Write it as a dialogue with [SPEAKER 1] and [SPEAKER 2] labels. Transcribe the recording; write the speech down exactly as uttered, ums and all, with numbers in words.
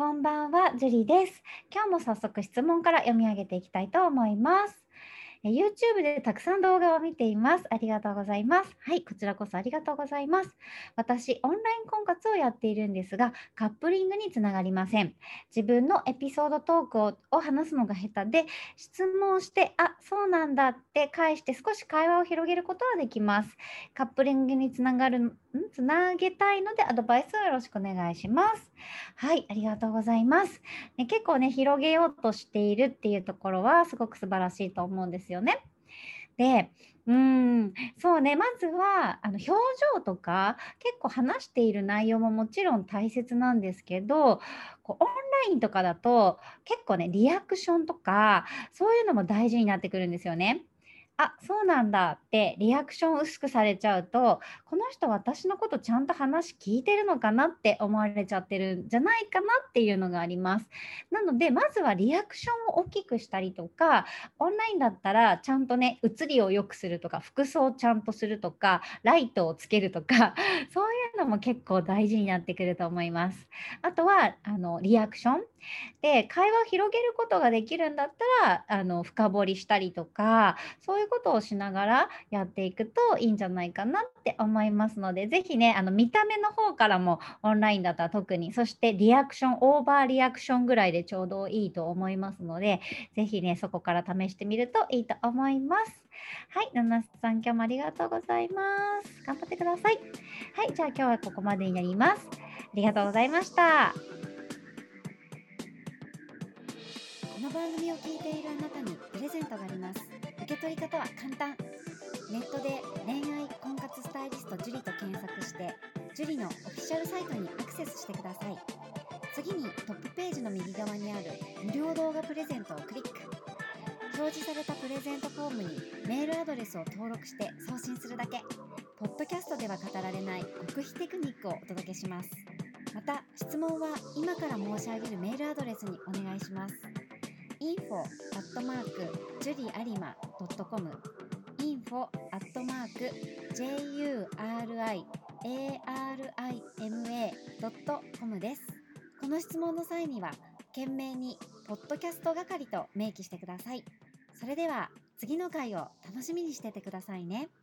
[SPEAKER 1] こんばんは、ジュリです。今日も早速質問から読み上げていきたいと思います。え YouTube でたくさん動画を見ています。ありがとうございます。はい、こちらこそありがとうございます。私、オンライン婚活をやっているんですが、カップリングにつながりません。自分のエピソードトークをを話すのが下手で、質問して、あ、そうなんだって返して少し会話を広げることはできます。カップリングにつながる、んつなげたいのでアドバイスをよろしくお願いします。はい、ありがとうございます。ね、結構ね、広げようとしているっていうところはすごく素晴らしいと思うんですよね。で、うーん、そうね、まずはあの表情とか、結構話している内容ももちろん大切なんですけど、こうオンラインとかだと、結構ね、リアクションとか、そういうのも大事になってくるんですよね。あ、そうなんだってリアクション薄くされちゃうと、この人私のことちゃんと話聞いてるのかなって思われちゃってるんじゃないかなっていうのがあります。なので、まずはリアクションを大きくしたりとか、オンラインだったらちゃんとね、写りを良くするとか、服装をちゃんとするとか、ライトをつけるとか、そういうのも結構大事になってくると思います。あとは、あの、リアクションで、会話を広げることができるんだったら、あの、深掘りしたりとか、そういうことをしながらやっていくといいんじゃないかなって思いますので、ぜひね、あの、見た目の方からもオンラインだったら特に、そしてリアクション、オーバーリアクションぐらいでちょうどいいと思いますので、ぜひね、そこから試してみるといいと思います。はい、ナナさん、今日もありがとうございます。頑張ってください。はい、じゃあ今日はここまでになります。ありがとうございました。
[SPEAKER 2] この番組を聞いているあなたにプレゼントがあります。受け取り方は簡単。ネットで恋愛婚活スタイリスト樹と検索して、樹のオフィシャルサイトにアクセスしてください。次にトップページの右側にある無料動画プレゼントをクリック。表示されたプレゼントフォームにメールアドレスを登録して送信するだけ。ポッドキャストでは語られない極秘テクニックをお届けします。また質問は今から申し上げるメールアドレスにお願いします。インフォ アットマーク ジュリアリマ ドットコム インフォ アットマーク ジェイユーアールアイエーアールアイエムエー ドットコム です。この質問の際には懸命にポッドキャスト係と明記してください。それでは次の回を楽しみにしててくださいね。